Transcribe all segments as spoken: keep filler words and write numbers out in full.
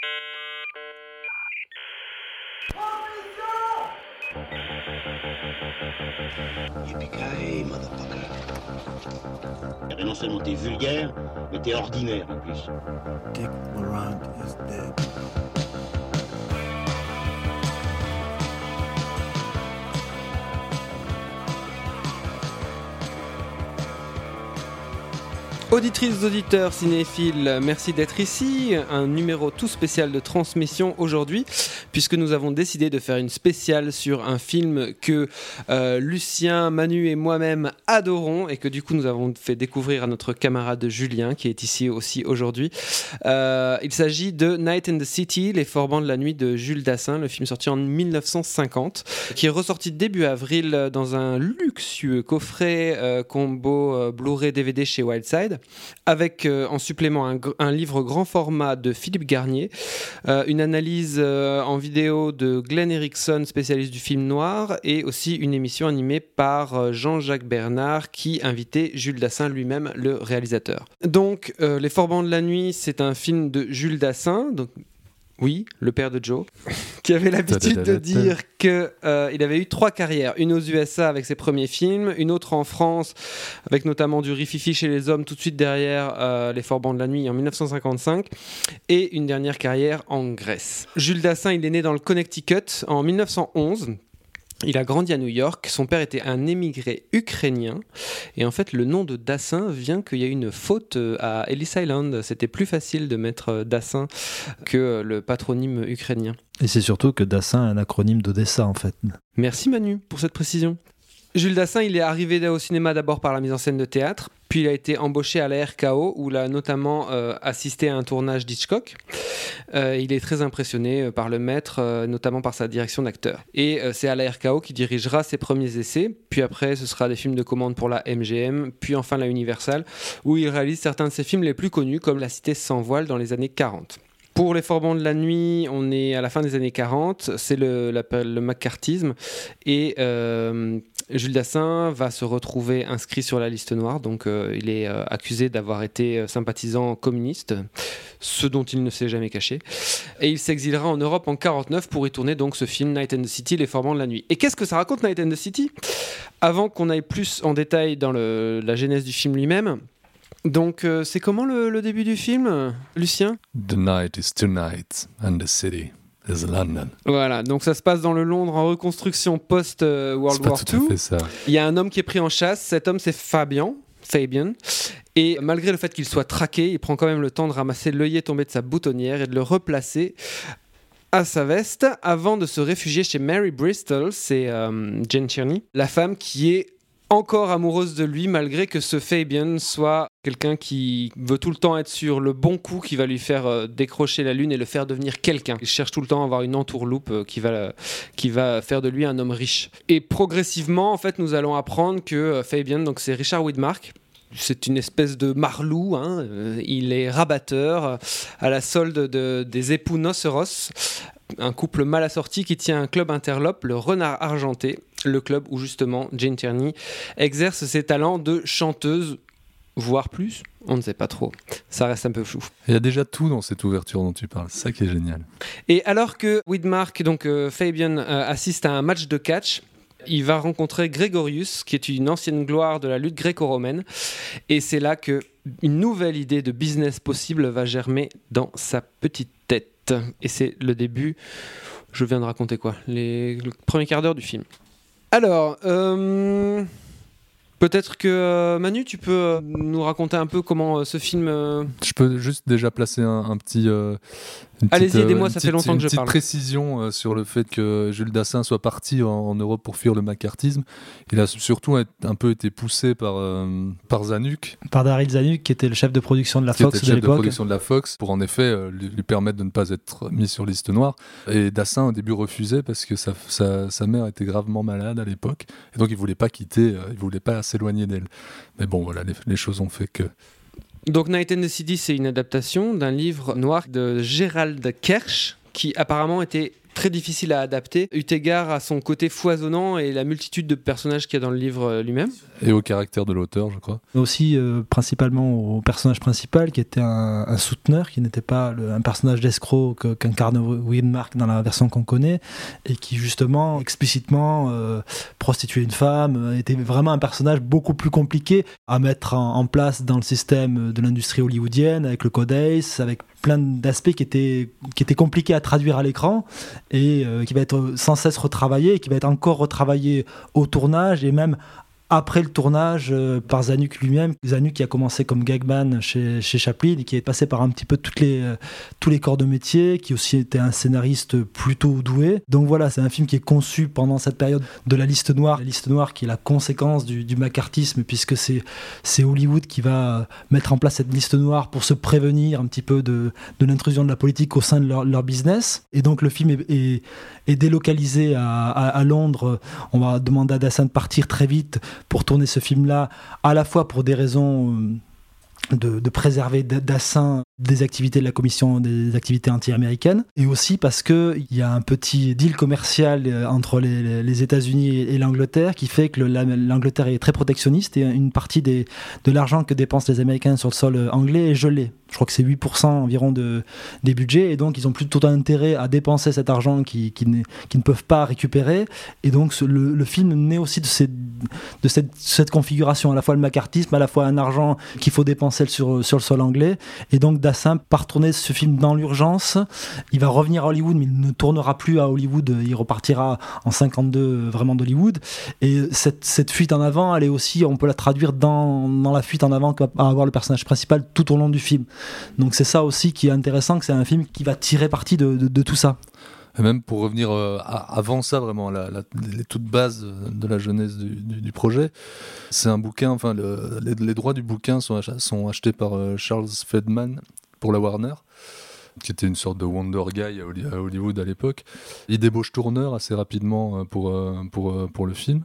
Yippee-ki-yay, motherfucker. Et non seulement t'es vulgaire, mais t'es ordinaire en plus. Dick Laurent is dead. Auditrices, auditeurs, cinéphiles, merci d'être ici. Un numéro tout spécial de transmission aujourd'hui, puisque nous avons décidé de faire une spéciale sur un film que euh, Lucien, Manu et moi-même adorons, et que du coup nous avons fait découvrir à notre camarade Julien, qui est ici aussi aujourd'hui. Euh, il s'agit de Night and the City, Les Forbans de la nuit de Jules Dassin, le film sorti en dix-neuf cent cinquante, qui est ressorti début avril dans un luxueux coffret euh, combo euh, Blu-ray D V D chez Wildside, avec euh, en supplément un, un livre grand format de Philippe Garnier, euh, une analyse euh, en vidéo de Glenn Erickson, spécialiste du film noir, et aussi une émission animée par euh, Jean-Jacques Bernard qui invitait Jules Dassin lui-même, le réalisateur. Donc euh, Les Forbans de la nuit, c'est un film de Jules Dassin, donc oui, le père de Joe, qui avait l'habitude de dire qu'il euh, avait eu trois carrières. Une aux U S A avec ses premiers films, une autre en France avec notamment du Rififi chez les hommes tout de suite derrière euh, Les Forbans de la nuit en dix-neuf cent cinquante-cinq, et une dernière carrière en Grèce. Jules Dassin, il est né dans le Connecticut en dix-neuf cent onze. Il a grandi à New York, son père était un émigré ukrainien, et en fait le nom de Dassin vient qu'il y a une faute à Ellis Island, c'était plus facile de mettre Dassin que le patronyme ukrainien. Et c'est surtout que Dassin est un acronyme d'Odessa en fait. Merci Manu pour cette précision. Jules Dassin, il est arrivé au cinéma d'abord par la mise en scène de théâtre, puis il a été embauché à la R K O où il a notamment euh, assisté à un tournage d'Hitchcock. Euh, il est très impressionné par le maître, euh, notamment par sa direction d'acteur. Et euh, c'est à la R K O qu'il dirigera ses premiers essais, puis après ce sera des films de commande pour la M G M, puis enfin la Universal, où il réalise certains de ses films les plus connus comme La Cité sans voile dans les années quarante. Pour Les Forbans de la nuit, on est à la fin des années quarante, c'est le, la, le macartisme, et euh, Jules Dassin va se retrouver inscrit sur la liste noire, donc euh, il est euh, accusé d'avoir été sympathisant communiste, ce dont il ne s'est jamais caché, et il s'exilera en Europe en quarante-neuf pour y tourner donc ce film Night and the City, Les Forbans de la nuit. Et qu'est-ce que ça raconte Night and the City ? Avant qu'on aille plus en détail dans le, la genèse du film lui-même, donc, euh, c'est comment le, le début du film, Lucien ? The night is tonight and the city is London. Voilà, donc ça se passe dans le Londres en reconstruction post-World War deux. Il y a un homme qui est pris en chasse, cet homme c'est Fabian, Fabian, et malgré le fait qu'il soit traqué, il prend quand même le temps de ramasser l'œillet tombé de sa boutonnière et de le replacer à sa veste avant de se réfugier chez Mary Bristol, c'est euh, Jane Tierney, la femme qui est encore amoureuse de lui malgré que ce Fabian soit quelqu'un qui veut tout le temps être sur le bon coup qui va lui faire euh, décrocher la lune et le faire devenir quelqu'un. Il cherche tout le temps à avoir une entourloupe euh, qui, va, euh, qui va faire de lui un homme riche. Et progressivement, en fait, nous allons apprendre que euh, Fabian, donc c'est Richard Widmark, c'est une espèce de marlou, hein, euh, il est rabatteur euh, à la solde de, des époux Noceros, un couple mal assorti qui tient un club interlope, le Renard Argenté, le club où justement Jane Tierney exerce ses talents de chanteuse, voire plus, on ne sait pas trop, ça reste un peu flou. Il y a déjà tout dans cette ouverture dont tu parles, c'est ça qui est génial. Et alors que Widmark, donc euh, Fabian, euh, assiste à un match de catch, il va rencontrer Gregorius, qui est une ancienne gloire de la lutte gréco-romaine, et c'est là que une nouvelle idée de business possible va germer dans sa petite tête. Et c'est le début, je viens de raconter quoi, les, le premier quart d'heure du film. Alors, euh, peut-être que euh, Manu, tu peux euh, nous raconter un peu comment euh, ce film... Euh... Je peux juste déjà placer un, un petit... Euh, Allez-y, petite, aidez-moi, euh, ça fait longtemps que je petite parle. précision euh, sur le fait que Jules Dassin soit parti en, en Europe pour fuir le macartisme. Il a surtout un peu été poussé par, euh, par Zanuck. Par Daryl Zanuck, qui était le chef de production de la qui Fox était le chef de l'époque. de production de la Fox, pour en effet euh, lui, lui permettre de ne pas être mis sur liste noire. Et Dassin, au début, refusait parce que sa, sa, sa mère était gravement malade à l'époque. Et donc, il ne voulait pas quitter, euh, il ne voulait pas s'éloigner d'elle. Mais bon, voilà, les, les choses ont fait que... Donc Night and the City, c'est une adaptation d'un livre noir de Gerald Kersh qui apparemment était très difficile à adapter, eu égard à son côté foisonnant et la multitude de personnages qu'il y a dans le livre lui-même. Et au caractère de l'auteur, je crois. Mais aussi, euh, principalement au personnage principal, qui était un, un souteneur, qui n'était pas le, un personnage d'escroc que, qu'incarne Widmark dans la version qu'on connaît, et qui justement, explicitement, euh, prostituait une femme, était vraiment un personnage beaucoup plus compliqué à mettre en, en place dans le système de l'industrie hollywoodienne, avec le Code Ace, avec plein d'aspects qui étaient, qui étaient compliqués à traduire à l'écran, et euh, qui va être sans cesse retravaillé, et qui va être encore retravaillé au tournage, et même après le tournage euh, par Zanuck lui-même. Zanuck qui a commencé comme gagman chez, chez Chaplin et qui est passé par un petit peu toutes les, euh, tous les corps de métier, qui aussi était un scénariste plutôt doué. Donc voilà, c'est un film qui est conçu pendant cette période de la liste noire. La liste noire qui est la conséquence du, du macartisme, puisque c'est, c'est Hollywood qui va mettre en place cette liste noire pour se prévenir un petit peu de, de l'intrusion de la politique au sein de leur, leur business. Et donc le film est, est, est délocalisé à, à, à Londres. On va demander à Dassin de partir très vite pour tourner ce film-là, à la fois pour des raisons de, de préserver Dassin des activités de la commission des activités anti-américaines, et aussi parce qu'il y a un petit deal commercial entre les, les États-Unis et l'Angleterre qui fait que le, la, l'Angleterre est très protectionniste, et une partie des, de l'argent que dépensent les Américains sur le sol anglais est gelé. Je crois que c'est huit pour cent environ de, des budgets, et donc ils ont plutôt intérêt à dépenser cet argent qu'ils qui ne, qui ne peuvent pas récupérer. Et donc ce, le, le film naît aussi de, ces, de cette, cette configuration, à la fois le macartisme, à la fois un argent qu'il faut dépenser sur, sur le sol anglais. Et donc Dassin part tourner ce film dans l'urgence. Il va revenir à Hollywood, mais il ne tournera plus à Hollywood, il repartira en cinquante-deux vraiment d'Hollywood. Et cette, cette fuite en avant, elle est aussi, on peut la traduire dans, dans la fuite en avant qu'a avoir le personnage principal tout au long du film. Donc c'est ça aussi qui est intéressant, que c'est un film qui va tirer parti de, de, de tout ça. Et même pour revenir euh, à, avant ça, vraiment, la, la, les toutes bases de la genèse du, du, du projet, c'est un bouquin, enfin, le, les, les droits du bouquin sont, ach- sont achetés par euh, Charles Feldman pour la Warner, qui était une sorte de Wonder Guy à Hollywood à l'époque. Il débauche tourneur assez rapidement pour, pour, pour le film.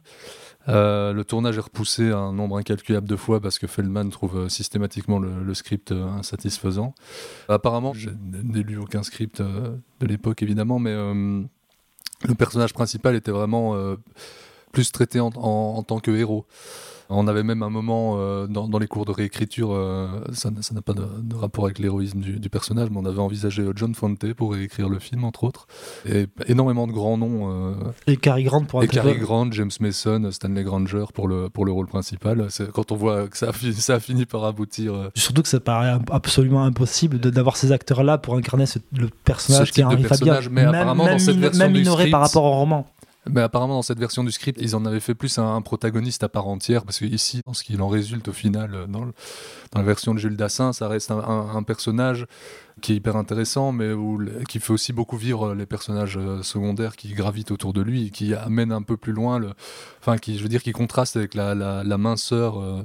Euh, le tournage est repoussé un nombre incalculable de fois parce que Feldman trouve systématiquement le, le script insatisfaisant. Apparemment, je n'ai lu aucun script de l'époque évidemment, mais euh, le personnage principal était vraiment euh, plus traité en, en, en tant que héros. On avait même un moment euh, dans, dans les cours de réécriture, euh, ça, ça n'a pas de, de rapport avec l'héroïsme du, du personnage, mais on avait envisagé John Fante pour réécrire le film, entre autres. Et énormément de grands noms. Euh, et Cary Grant pour Et Cary Grant, James Mason, Stanley Granger pour le, pour le rôle principal. C'est, quand on voit que ça a fini, ça a fini par aboutir. Euh, Surtout que ça paraît absolument impossible de, d'avoir ces acteurs-là pour incarner ce, le personnage ce qui est Henri Fabien. Mais même, apparemment, même, dans cette min- version même du minoré script, par rapport au roman. Mais apparemment, dans cette version du script, ils en avaient fait plus un, un protagoniste à part entière, parce que ici, ce qu'il en résulte au final, dans, le, dans la version de Jules Dassin, ça reste un, un, un personnage qui est hyper intéressant, mais où, qui fait aussi beaucoup vivre les personnages secondaires qui gravitent autour de lui, et qui amènent un peu plus loin, le, enfin, qui, je veux dire, qui contraste avec la, la, la minceur euh,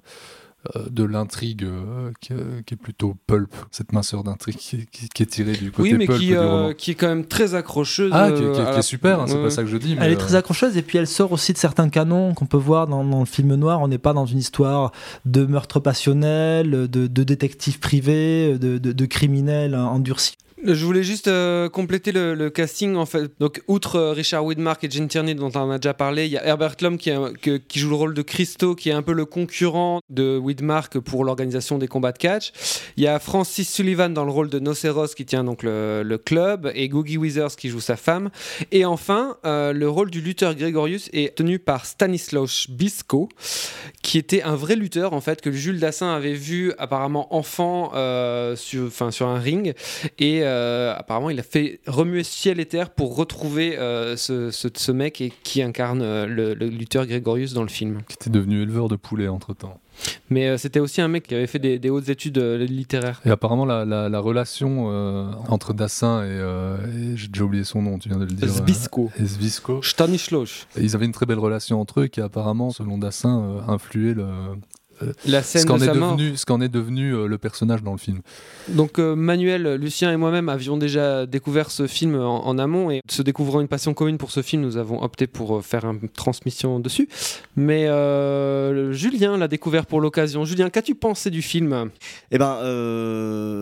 de l'intrigue euh, qui, qui est plutôt pulp, cette minceur d'intrigue qui, qui, qui est tirée du côté oui, mais pulp qui, du euh, roman. qui est quand même très accrocheuse. Ah, qui, qui, euh, qui est super, hein, c'est euh... pas ça que je dis. Mais elle est euh... très accrocheuse, et puis elle sort aussi de certains canons qu'on peut voir dans, dans le film noir. On n'est pas dans une histoire de meurtre passionnel, de, de détective privé, de, de, de criminel endurci. Je voulais juste euh, compléter le, le casting en fait. Donc, outre euh, Richard Widmark et Gene Tierney dont on a déjà parlé, il y a Herbert Lom qui, a, que, qui joue le rôle de Christo, qui est un peu le concurrent de Widmark pour l'organisation des combats de catch. Il y a Francis Sullivan dans le rôle de Noceros qui tient donc le, le club, et Googie Withers qui joue sa femme. Et enfin, euh, le rôle du lutteur Gregorius est tenu par Stanislaus Bisko, qui était un vrai lutteur en fait que Jules Dassin avait vu apparemment enfant euh, sur, sur un ring, et Euh, apparemment il a fait remuer ciel et terre pour retrouver euh, ce, ce, ce mec et qui incarne euh, le, le lutteur Gregorius dans le film. Qui était devenu éleveur de poulets entre temps. Mais euh, c'était aussi un mec qui avait fait des, des hautes études euh, littéraires. Et apparemment la, la, la relation euh, entre Dassin et, euh, et j'ai déjà oublié son nom, tu viens de le dire. Zbyszko. Euh, et Zbyszko. Stanislaus. Et ils avaient une très belle relation entre eux qui apparemment, selon Dassin, euh, influait le... La scène ce qu'en de est sa devenu, mort. ce qu'en est devenu euh, le personnage dans le film. Donc euh, Manuel, Lucien et moi-même avions déjà découvert ce film en, en amont, et se découvrant une passion commune pour ce film, nous avons opté pour faire une transmission dessus. Mais euh, Julien l'a découvert pour l'occasion. Julien, qu'as-tu pensé du film ? Eh ben, euh,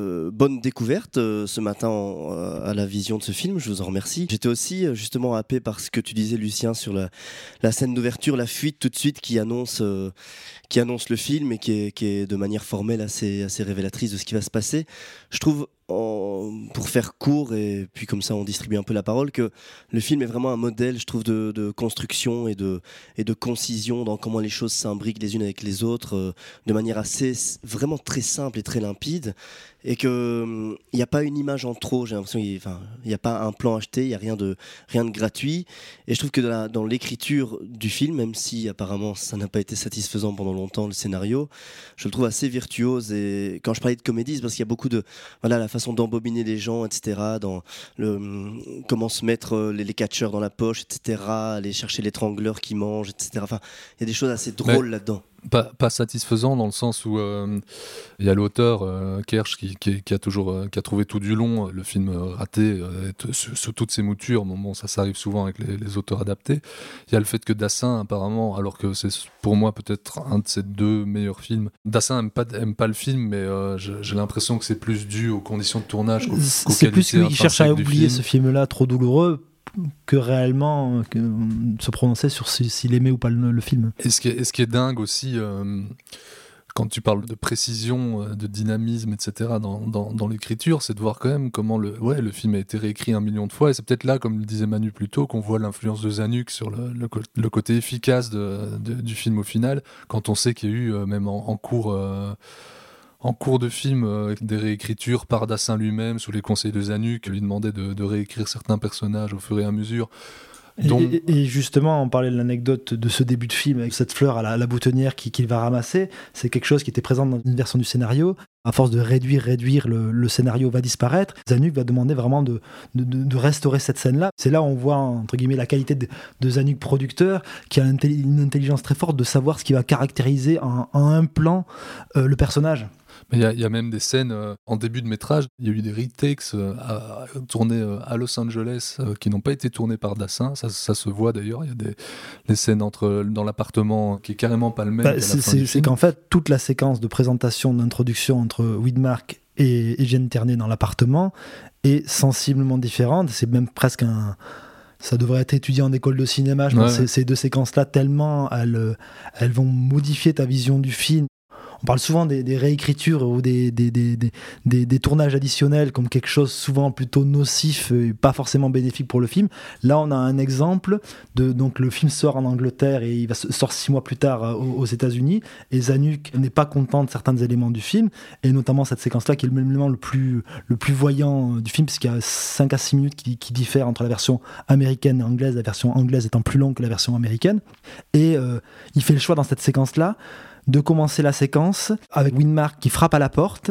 bonne découverte euh, ce matin en, euh, à la vision de ce film, je vous en remercie. J'étais aussi euh, justement happé par ce que tu disais, Lucien, sur la, la scène d'ouverture, la fuite tout de suite qui annonce, euh, qui annonce le film et qui est, qui est de manière formelle assez, assez révélatrice de ce qui va se passer. Je trouve, en, pour faire court, et puis comme ça on distribue un peu la parole, que le film est vraiment un modèle, je trouve, de, de construction et de, et de concision dans comment les choses s'imbriquent les unes avec les autres, euh, de manière assez, vraiment très simple et très limpide. Et qu'il n'y a pas une image en trop, j'ai l'impression qu'il n'y a pas un plan acheté, il n'y a rien de, rien de gratuit. Et je trouve que dans, la, dans l'écriture du film, même si apparemment ça n'a pas été satisfaisant pendant longtemps, le scénario, je le trouve assez virtuose. Et quand je parlais de comédie, c'est parce qu'il y a beaucoup de... Voilà, la façon d'embobiner les gens, et cetera. Dans le, comment se mettre les, les catcheurs dans la poche, et cetera. Aller chercher l'étrangleur qui mange, et cetera. Enfin, il y a des choses assez drôles Mais... là-dedans. Pas, pas satisfaisant dans le sens où il euh, y a l'auteur euh, Kersh qui, qui, qui a toujours euh, qui a trouvé tout du long le film raté euh, sous, sous toutes ses moutures. Bon, bon ça, ça arrive souvent avec les, les auteurs adaptés. Il y a le fait que Dassin apparemment, alors que c'est pour moi peut-être un de ses deux meilleurs films, Dassin aime pas aime pas le film, mais euh, j'ai, j'ai l'impression que c'est plus dû aux conditions de tournage qu'aux, c'est qu'aux qualités plus lui qui cherche à oublier film. ce film-là trop douloureux que réellement que, euh, se prononcer sur si, s'il aimait ou pas le, le film. Et ce qui est, et ce qui est dingue aussi, euh, quand tu parles de précision, de dynamisme, et cetera, dans, dans, dans l'écriture, c'est de voir quand même comment le, ouais, le film a été réécrit un million de fois. Et c'est peut-être là, comme le disait Manu plus tôt, qu'on voit l'influence de Zanuck sur le, le, le côté efficace de, de, du film au final, quand on sait qu'il y a eu, euh, même en, en cours... Euh, En cours de film, euh, des réécritures par Dassin lui-même, sous les conseils de Zanuck, lui demandait de, de réécrire certains personnages au fur et à mesure. Donc... Et, et justement, on parlait de l'anecdote de ce début de film, avec cette fleur à la, à la boutonnière qu'il, qu'il va ramasser. C'est quelque chose qui était présent dans une version du scénario. À force de réduire, réduire, le, le scénario va disparaître. Zanuck va demander vraiment de, de, de restaurer cette scène-là. C'est là où on voit, entre guillemets, la qualité de, de Zanuck producteur, qui a une intelligence très forte de savoir ce qui va caractériser en, en un plan euh, le personnage. Il y, y a même des scènes euh, en début de métrage, il y a eu des retakes euh, à, à, tournés euh, à Los Angeles euh, qui n'ont pas été tournés par Dassin, ça, ça se voit d'ailleurs, il y a des, des scènes entre, dans l'appartement qui est carrément pas le même. Bah, c'est, c'est, c'est qu'en fait, toute la séquence de présentation, d'introduction entre Widmark et, et Jane Tierney dans l'appartement est sensiblement différente, c'est même presque un... Ça devrait être étudié en école de cinéma, je pense, ouais. ces, ces deux séquences-là, tellement elles, elles vont modifier ta vision du film. On parle souvent des, des réécritures ou des, des, des, des, des, des tournages additionnels comme quelque chose souvent plutôt nocif et pas forcément bénéfique pour le film. Là, on a un exemple. De, donc, le film sort en Angleterre et il va sort six mois plus tard aux, aux États-Unis. Et Zanuck n'est pas content de certains éléments du film, et notamment cette séquence-là qui est l'élément le plus, le plus voyant du film, puisqu'il y a cinq à six minutes qui, qui diffèrent entre la version américaine et anglaise, la version anglaise étant plus longue que la version américaine. Et euh, il fait le choix dans cette séquence-là de commencer la séquence avec Widmark qui frappe à la porte,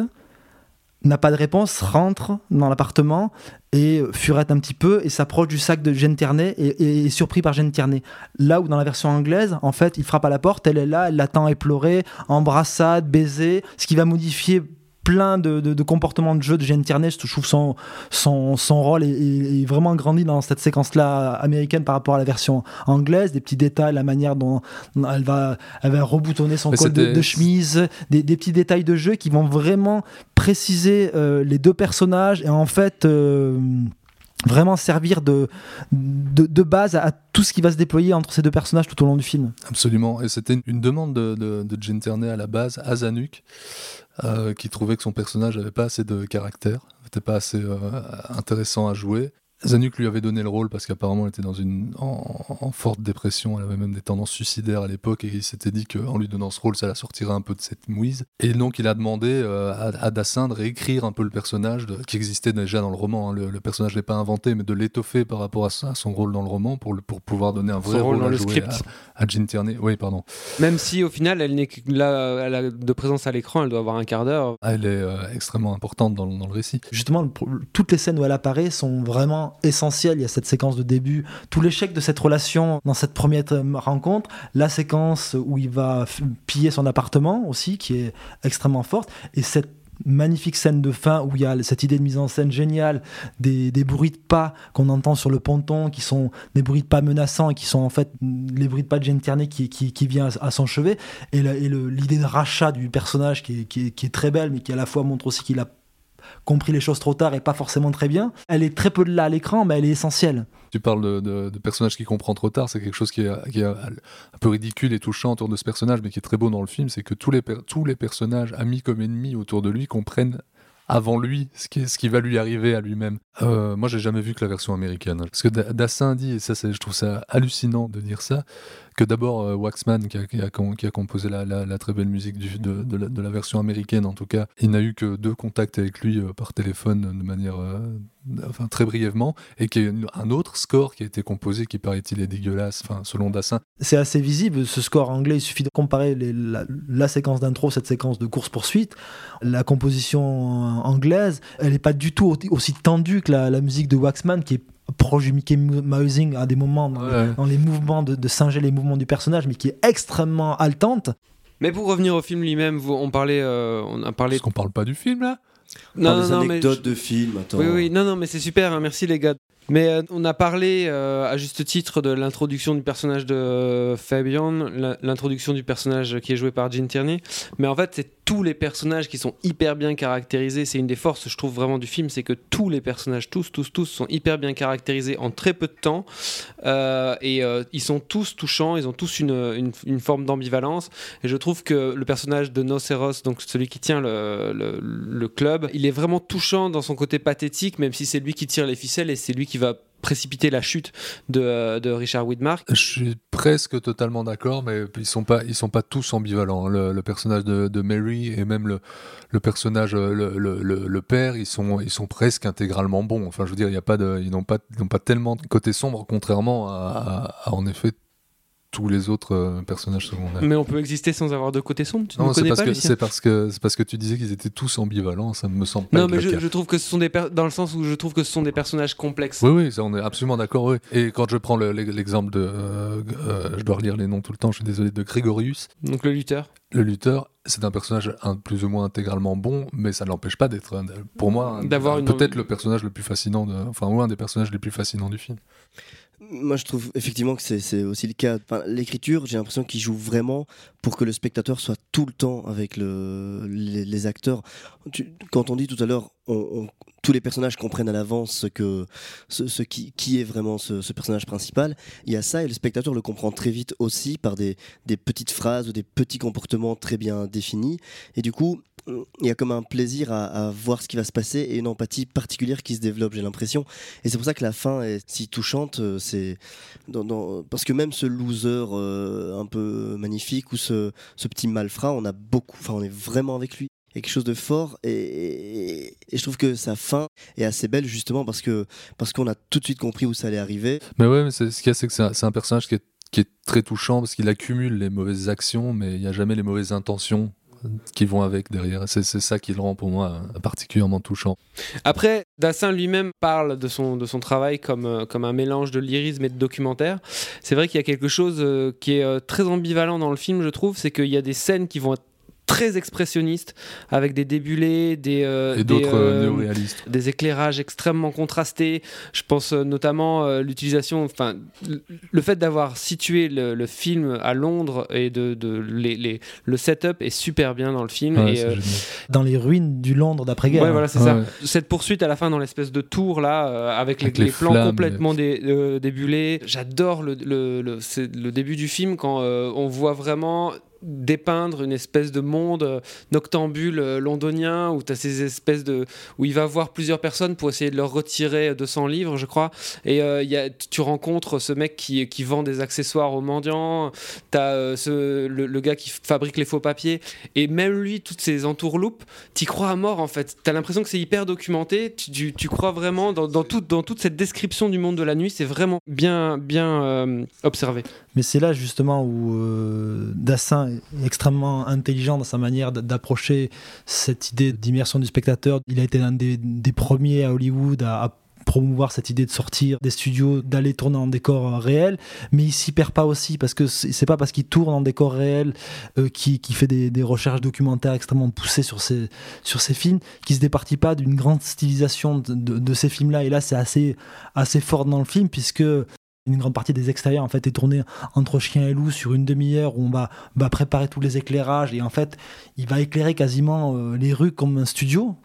n'a pas de réponse, rentre dans l'appartement et furette un petit peu et s'approche du sac de Jane Tierney et, et est surpris par Jane Tierney. Là où dans la version anglaise, en fait, il frappe à la porte, elle est là, elle l'attend éplorée, embrassade, baiser, ce qui va modifier plein de, de, de comportements de jeu de Jane Tierney. Je trouve son, son, son rôle est, est, est vraiment grandi dans cette séquence-là américaine par rapport à la version anglaise. Des petits détails, la manière dont elle va, elle va reboutonner son Mais col de, de chemise, des, des petits détails de jeu qui vont vraiment préciser euh, les deux personnages et en fait... Euh, vraiment servir de, de, de base à tout ce qui va se déployer entre ces deux personnages tout au long du film. Absolument, et c'était une demande de, de, de Jane Tierney à la base, à Zanuck, euh, qui trouvait que son personnage n'avait pas assez de caractère, n'était pas assez euh, intéressant à jouer. Zanuck lui avait donné le rôle parce qu'apparemment elle était dans une, en, en forte dépression, elle avait même des tendances suicidaires à l'époque et il s'était dit qu'en lui donnant ce rôle ça la sortirait un peu de cette mouise. Et donc il a demandé euh, à, à Dassin de réécrire un peu le personnage de, qui existait déjà dans le roman, hein. le, le personnage n'est pas inventé mais de l'étoffer par rapport à, ça, à son rôle dans le roman pour, le, pour pouvoir donner un vrai son rôle, rôle à dans jouer le script. à, à Jane Tierney. Oui, pardon. Même si au final elle n'est là, elle a de présence à l'écran, elle doit avoir un quart d'heure. Elle est euh, extrêmement importante dans, dans le récit. Justement, toutes les scènes où elle apparaît sont vraiment essentielles. Il y a cette séquence de début, tout l'échec de cette relation dans cette première rencontre, la séquence où il va f- piller son appartement aussi, qui est extrêmement forte, et cette magnifique scène de fin où il y a cette idée de mise en scène géniale, des, des bruits de pas qu'on entend sur le ponton, qui sont des bruits de pas menaçants et qui sont en fait les bruits de pas de Jane Tierney qui, qui, qui vient à, à son chevet, et, la, et le, l'idée de rachat du personnage qui est, qui, est, qui est très belle, mais qui à la fois montre aussi qu'il a compris les choses trop tard et pas forcément très bien. Elle est très peu là à l'écran, mais elle est essentielle. Tu parles de, de, de personnage qui comprend trop tard, c'est quelque chose qui est, qui est un peu ridicule et touchant autour de ce personnage, mais qui est très beau dans le film, c'est que tous les, per- tous les personnages, amis comme ennemis autour de lui, comprennent avant lui ce qui, ce qui va lui arriver à lui-même. Euh, moi, j'ai jamais vu que la version américaine. Parce que Dassin dit, et ça, c'est, je trouve ça hallucinant de dire ça, que d'abord euh, Waxman, qui a, qui, a, qui a composé la, la, la très belle musique du, de, de, la, de la version américaine, en tout cas, il n'a eu que deux contacts avec lui euh, par téléphone de manière euh, enfin, très brièvement, et qu'il y a un autre score qui a été composé qui, paraît-il, est dégueulasse, enfin, selon Dassin. C'est assez visible, ce score anglais. Il suffit de comparer les, la, la séquence d'intro, cette séquence de course-poursuite. La composition anglaise, elle n'est pas du tout aussi tendue que la, la musique de Waxman, qui est proche du Mickey Mousing à des moments dans, ouais. les, dans les mouvements de, de singer les mouvements du personnage, mais qui est extrêmement haletante. Mais pour revenir au film lui-même, vous, on parlait, euh, on a parlé. Est-ce qu'on parle pas du film là? Non, non, des non, anecdotes mais je... de film. Attends. Oui, oui, non, non, mais c'est super. Hein, merci les gars. Mais euh, on a parlé euh, à juste titre de l'introduction du personnage de Fabian, l'introduction du personnage qui est joué par Gene Tierney. Mais en fait, c'est tous les personnages qui sont hyper bien caractérisés. C'est une des forces, je trouve, vraiment du film, c'est que tous les personnages, tous, tous, tous, sont hyper bien caractérisés en très peu de temps. Euh, et euh, ils sont tous touchants, ils ont tous une, une, une forme d'ambivalence. Et je trouve que le personnage de Noceros, donc celui qui tient le, le, le club, il est vraiment touchant dans son côté pathétique, même si c'est lui qui tire les ficelles et c'est lui qui va précipiter la chute de, de Richard Widmark. Je suis presque totalement d'accord, mais ils sont pas, ils sont pas tous ambivalents. Le, le personnage de, de Mary et même le, le personnage, le, le, le, le père, ils sont, ils sont presque intégralement bons. Enfin, je veux dire, il y a pas de, ils n'ont pas, ils n'ont pas tellement de côté sombre, contrairement à, à, à en effet tous les autres euh, personnages secondaires. Mais on peut exister sans avoir de côté sombre. Tu non, ne c'est connais parce pas, que Lucien c'est parce que c'est parce que tu disais qu'ils étaient tous ambivalents. Ça me semble pas. Non, être mais le je, cas. je trouve que ce sont des per... dans le sens où je trouve que ce sont des personnages complexes. Oui, oui, ça, on est absolument d'accord. Oui. Et quand je prends le, l'exemple de, euh, euh, je dois relire les noms tout le temps. Je suis désolé, de Grégorius. Donc le lutteur. Le lutteur, c'est un personnage un, plus ou moins intégralement bon, mais ça ne l'empêche pas d'être, pour moi, d'avoir une... peut-être le personnage le plus fascinant, de, enfin, ou un des personnages les plus fascinants du film. Moi, je trouve effectivement que c'est, c'est aussi le cas. Enfin, l'écriture, j'ai l'impression qu'il joue vraiment pour que le spectateur soit tout le temps avec le, les, les acteurs. Tu, quand on dit tout à l'heure, on, on, tous les personnages comprennent à l'avance ce que, ce, ce qui, qui est vraiment ce, ce personnage principal. Il y a ça et le spectateur le comprend très vite aussi par des, des petites phrases ou des petits comportements très bien définis. Et du coup, il y a comme un plaisir à, à voir ce qui va se passer et une empathie particulière qui se développe, j'ai l'impression. Et c'est pour ça que la fin est si touchante. C'est dans, dans, parce que même ce loser euh, un peu magnifique ou ce, ce petit malfrat, on a beaucoup, enfin, on est vraiment avec lui. Il y a quelque chose de fort et, et, et je trouve que sa fin est assez belle justement parce que parce qu'on a tout de suite compris où ça allait arriver. Mais ouais, mais c'est, ce qu'il y a, c'est que c'est un, c'est un personnage qui est, qui est très touchant parce qu'il accumule les mauvaises actions, mais il n'y a jamais les mauvaises intentions qui vont avec derrière. C'est, c'est ça qui le rend pour moi particulièrement touchant. Après, Dassin lui-même parle de son, de son travail comme, comme un mélange de lyrisme et de documentaire. C'est vrai qu'il y a quelque chose qui est très ambivalent dans le film, je trouve, c'est qu'il y a des scènes qui vont être très expressionniste avec des débulés, des, euh, et d'autres des, euh, néo-réalistes. Des éclairages extrêmement contrastés. Je pense euh, notamment euh, l'utilisation, enfin, le fait d'avoir situé le, le film à Londres et de, de les, les, le setup est super bien dans le film. Ouais, et, euh, dans les ruines du Londres d'après-guerre. Ouais, voilà, c'est ouais, ça. Ouais. Cette poursuite à la fin dans l'espèce de tour là, euh, avec, avec les, les, les plans flammes, complètement les... dé, euh, débulés. J'adore le, le, le, c'est le début du film quand euh, on voit vraiment dépeindre une espèce de monde noctambule londonien où tu as ces espèces de où il va voir plusieurs personnes pour essayer de leur retirer deux cents livres, je crois, et euh, y a, tu rencontres ce mec qui, qui vend des accessoires aux mendiants, tu as euh, ce, le, le gars qui fabrique les faux papiers, et même lui, toutes ces entourloupes, t'y crois à mort en fait. Tu as l'impression que c'est hyper documenté, tu, tu, tu crois vraiment dans, dans, tout, dans toute cette description du monde de la nuit, c'est vraiment bien, bien euh, observé. Mais c'est là justement où euh, Dassin est extrêmement intelligent dans sa manière d'approcher cette idée d'immersion du spectateur. Il a été l'un des, des premiers à Hollywood à, à promouvoir cette idée de sortir des studios, d'aller tourner en décor réel, mais il s'y perd pas aussi parce que c'est, c'est pas parce qu'il tourne en décor réel euh, qu'il, qu'il fait des, des recherches documentaires extrêmement poussées sur ces, sur ces films, qu'il se départit pas d'une grande stylisation de, de, de ces films-là. Et là, c'est assez, assez fort dans le film puisque une grande partie des extérieurs en fait est tournée entre chien et loup sur une demi-heure où on va, va préparer tous les éclairages et en fait il va éclairer quasiment euh, les rues comme un studio.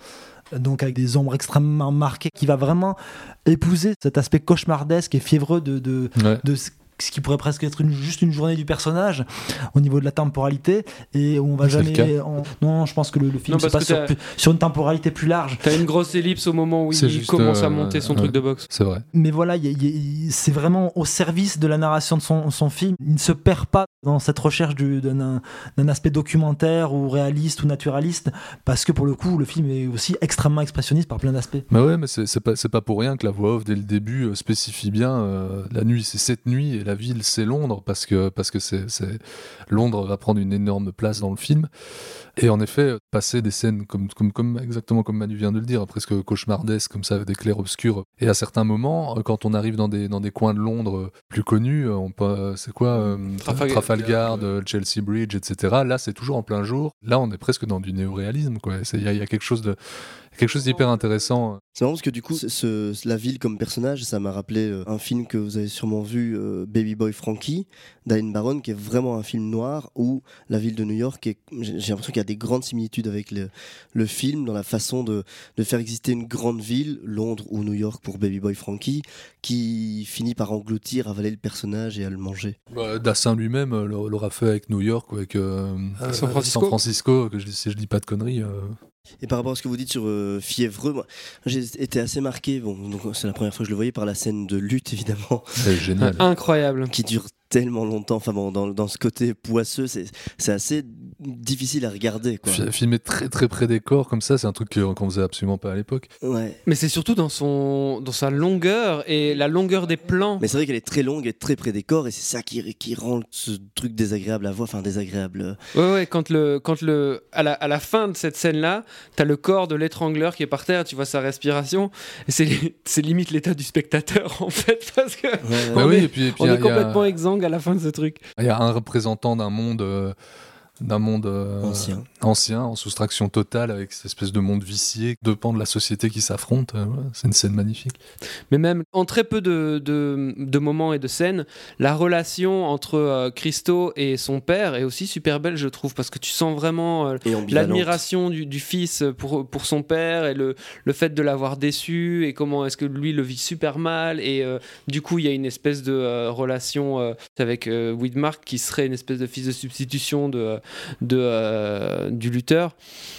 donc avec des ombres extrêmement marquées, qui va vraiment épouser cet aspect cauchemardesque et fiévreux de, de, Ouais. de ce ce qui pourrait presque être une, juste une journée du personnage au niveau de la temporalité, et où on va C'est le jamais cas. on- non, je pense que le, le film Non, se parce passe que sur, t'as- plus- sur une temporalité plus large. T'as une grosse ellipse au moment où C'est il juste, commence à euh, monter son ouais. truc de boxe. C'est vrai. Mais voilà, y a- y a- c'est vraiment au service de la narration de son, son film. Il ne se perd pas dans cette recherche du- d'un, d'un aspect documentaire ou réaliste ou naturaliste, parce que pour le coup, le film est aussi extrêmement expressionniste par plein d'aspects. Bah ouais, mais c'est, c'est pas c'est pas pour rien que la voix off dès le début euh, spécifie bien euh, la nuit c'est cette nuit et la ville c'est Londres, parce que parce que c'est, c'est Londres va prendre une énorme place dans le film. Et en effet, passer des scènes comme comme comme exactement comme Manu vient de le dire, presque cauchemardesques comme ça, avec des clairs-obscurs. Et à certains moments, euh, quand on arrive dans des dans des coins de Londres euh, plus connus, euh, on peut, c'est quoi euh, Trafalgar- Trafalgar, de Chelsea Bridge, et cetera. Là, c'est toujours en plein jour. Là, on est presque dans du néo-réalisme, quoi. C'est- Il y, a- il y a quelque chose de quelque chose d'hyper intéressant. C'est marrant parce que du coup, ce- ce- la ville comme personnage, ça m'a rappelé euh, un film que vous avez sûrement vu, euh, Baby Boy Frankie, d'Alan Baron, qui est vraiment un film noir où la ville de New York, est, j'ai j'ai l'impression qu'il y a des grandes similitudes avec le, le film dans la façon de, de faire exister une grande ville, Londres ou New York pour Baby Boy Frankie, qui finit par engloutir, avaler le personnage et à le manger. Bah, Dassin lui-même euh, l'a- l'aura fait avec New York ou avec euh, San euh, Francisco. San Francisco, que je, si je dis pas de conneries. euh, Et par rapport à ce que vous dites sur euh, Fiévreux, moi, j'ai été assez marqué, bon, donc, c'est la première fois que je le voyais, par la scène de lutte évidemment, c'est génial. Incroyable. qui dure tellement longtemps, enfin bon, dans, dans ce côté poisseux, c'est, c'est assez difficile à regarder, quoi. Fi- Filmé très très près des corps comme ça, c'est un truc que- qu'on faisait absolument pas à l'époque. Ouais. Mais c'est surtout dans, son, dans sa longueur et la longueur des plans. Mais c'est vrai qu'elle est très longue et très près des corps, et c'est ça qui, qui rend ce truc désagréable à voir, enfin désagréable. Ouais, ouais, quand le, quand le, à la, à la fin de cette scène-là, t'as le corps de l'étrangleur qui est par terre, tu vois sa respiration, et c'est, c'est limite l'état du spectateur en fait, parce que Ouais, ouais. Bah on oui, est- et puis, et puis on il y a- est il y a- complètement exsangue à la fin de ce truc. il y a un représentant d'un monde euh, d'un monde euh, Ancien. ancien, en soustraction totale, avec cette espèce de monde vicié, deux pans de la société qui s'affrontent. euh, ouais, c'est une scène magnifique. Mais même en très peu de, de, de moments et de scènes, la relation entre euh, Christo et son père est aussi super belle, je trouve, parce que tu sens vraiment euh, Et ambivalente. l'admiration du, du fils pour, pour son père et le, le fait de l'avoir déçu et comment est-ce que lui le vit super mal. Et euh, du coup, il y a une espèce de euh, relation euh, avec euh, Widmark qui serait une espèce de fils de substitution de, de, euh, du lutteur.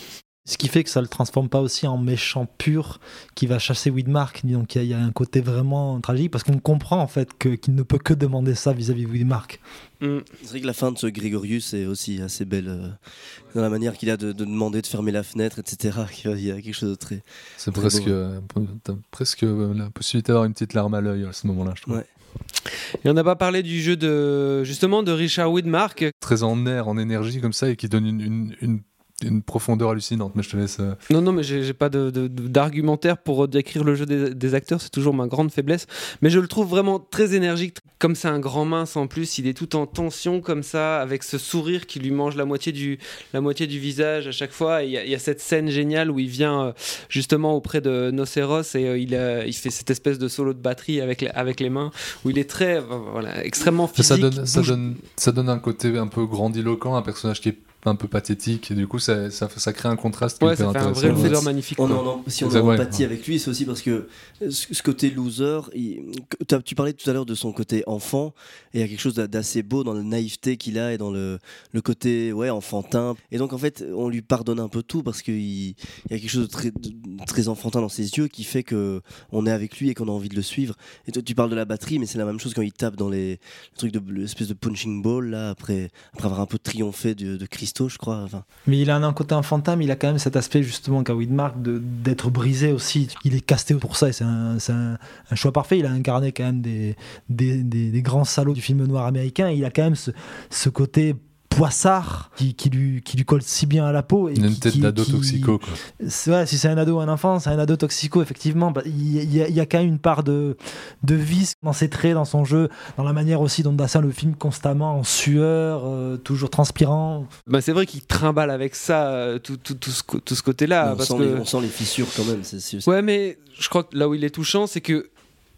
Ce qui fait que ça le transforme pas aussi en méchant pur qui va chasser Widmark. Donc il y, a- il y a un côté vraiment tragique, parce qu'on comprend en fait que, qu'il ne peut que demander ça vis-à-vis de Widmark. Mm. C'est vrai que la fin de ce Grégorius est aussi assez belle, euh, dans la manière qu'il a de, de demander de fermer la fenêtre, et cetera. Il y a quelque chose de très... C'est Très presque, beau. euh, t'as presque euh, la possibilité d'avoir une petite larme à l'œil à ce moment-là, je trouve. Ouais. Et on n'a pas parlé du jeu de, justement, de Richard Widmark. Très en air, en énergie comme ça, et qui donne une, une, une, une profondeur hallucinante. Mais je te laisse. euh, Non, non, mais j'ai, j'ai pas de, de- de- d'argumentaire pour décrire le jeu des, des acteurs, c'est toujours ma grande faiblesse. Mais je le trouve vraiment très énergique. Comme c'est un grand mince en plus, il est tout en tension comme ça, avec ce sourire qui lui mange la moitié du, la moitié du visage à chaque fois. Et Il y, a- il y a cette scène géniale où il vient euh, justement auprès de Nocéros et euh, il, euh, il fait cette espèce de solo de batterie avec, les- avec les mains, où il est très, euh, voilà, extrêmement physique. ça, donne, ça, bouge- donne, ça donne un côté un peu grandiloquent, un personnage qui est un peu pathétique, et du coup, ça, ça, ça crée un contraste qui est Ouais, hyper ça fait un intéressant. vrai En loser fait, magnifique. On quoi. en, en- si on C'est a vrai. empathie avec lui, c'est aussi parce que ce, ce côté loser, il- t'as- tu parlais tout à l'heure de son côté enfant, et il y a quelque chose d'a- d'assez beau dans la naïveté qu'il a et dans le, le côté ouais, enfantin. Et donc en fait, on lui pardonne un peu tout parce qu'il il y a quelque chose de très, de très enfantin dans ses yeux qui fait que on est avec lui et qu'on a envie de le suivre. Et toi, tu parles de la batterie, mais c'est la même chose quand il tape dans les, le truc de l'espèce de punching ball là, après, après avoir un peu triomphé de, de Christo, je crois. Enfin, Mais il a un côté enfantin, mais il a quand même cet aspect justement qu'a Widmark de, d'être brisé aussi. Il est casté pour ça, et c'est, un, c'est un, un choix parfait. Il a incarné quand même des, des, des, des grands salauds du film noir américain, et il a quand même ce, ce côté poissard qui, qui, lui, qui lui colle si bien à la peau. Et Il a une qui- tête qui- d'ado qui- toxico, quoi. C'est vrai, si c'est un ado ou un enfant, c'est un ado toxico, effectivement. Bah, Il y, a- il y a quand même une part de, de vice dans ses traits, dans son jeu, dans la manière aussi dont Dassin le filme constamment en sueur, euh, toujours transpirant. Bah, c'est vrai qu'il trimballe avec ça, euh, tout, tout, tout, ce, co- tout ce côté-là. on, parce sent que... les, on sent les fissures quand même. C'est, c'est- Ouais, mais je crois que là où il est touchant, c'est que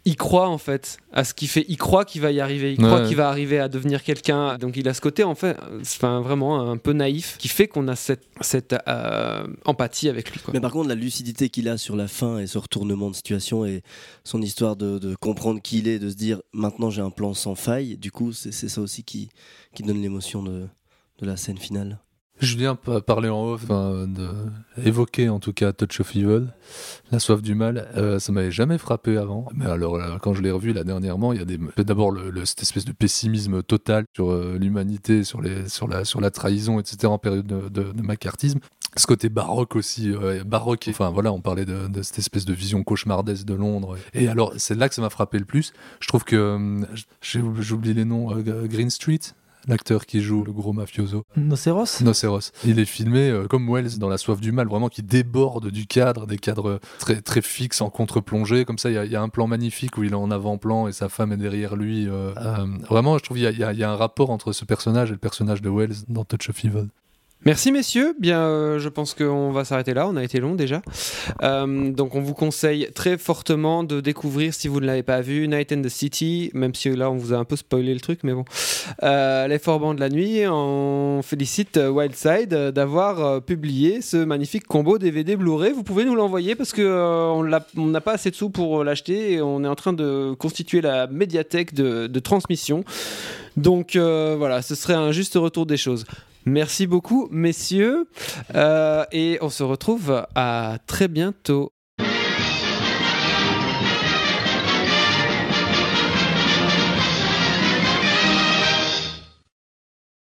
il croit en fait à ce qu'il fait, il croit qu'il va y arriver, il croit Ouais. qu'il va arriver à devenir quelqu'un, donc il a ce côté en fait, enfin vraiment un peu naïf, qui fait qu'on a cette, cette euh, empathie avec lui, quoi. Mais par contre, la lucidité qu'il a sur la fin et ce retournement de situation et son histoire de, de comprendre qui il est, de se dire maintenant j'ai un plan sans faille, du coup c'est, c'est ça aussi qui, qui donne l'émotion de, de la scène finale. Julien a parlé en off, enfin, de, évoqué en tout cas Touch of Evil, La soif du mal. Euh, ça m'avait jamais frappé avant. Mais alors, là, quand je l'ai revu là dernièrement, il y a des, d'abord le, le, cette espèce de pessimisme total sur euh, l'humanité, sur, les, sur, la, sur la trahison, et cetera en période de, de, de macartisme. Ce côté baroque aussi, euh, baroque. Et, enfin voilà, on parlait de, de cette espèce de vision cauchemardesque de Londres. Et alors, c'est là que ça m'a frappé le plus. Je trouve que euh, j'ai, j'ai oublié les noms. Euh, Green Street. L'acteur qui joue le gros mafioso. Nocéros Nocéros. Il est filmé euh, comme Wells dans La soif du mal, vraiment qui déborde du cadre, des cadres très, très fixes en contre-plongée. Comme ça, il y, y a un plan magnifique où il est en avant-plan et sa femme est derrière lui. Euh, euh, vraiment, je trouve qu'il y, y, y a un rapport entre ce personnage et le personnage de Wells dans Touch of Evil. Merci messieurs, bien euh, je pense qu'on va s'arrêter là, on a été long déjà. Euh, donc on vous conseille très fortement de découvrir, si vous ne l'avez pas vu, Night and the City, même si là on vous a un peu spoilé le truc, mais bon. Euh, Les Forbans de la nuit, on félicite Wildside d'avoir euh, publié ce magnifique combo D V D Blu-ray. Vous pouvez nous l'envoyer parce qu'on euh, on n'a pas assez de sous pour l'acheter et on est en train de constituer la médiathèque de, de transmission. Donc euh, voilà, ce serait un juste retour des choses. Merci beaucoup, messieurs, euh, et on se retrouve à très bientôt.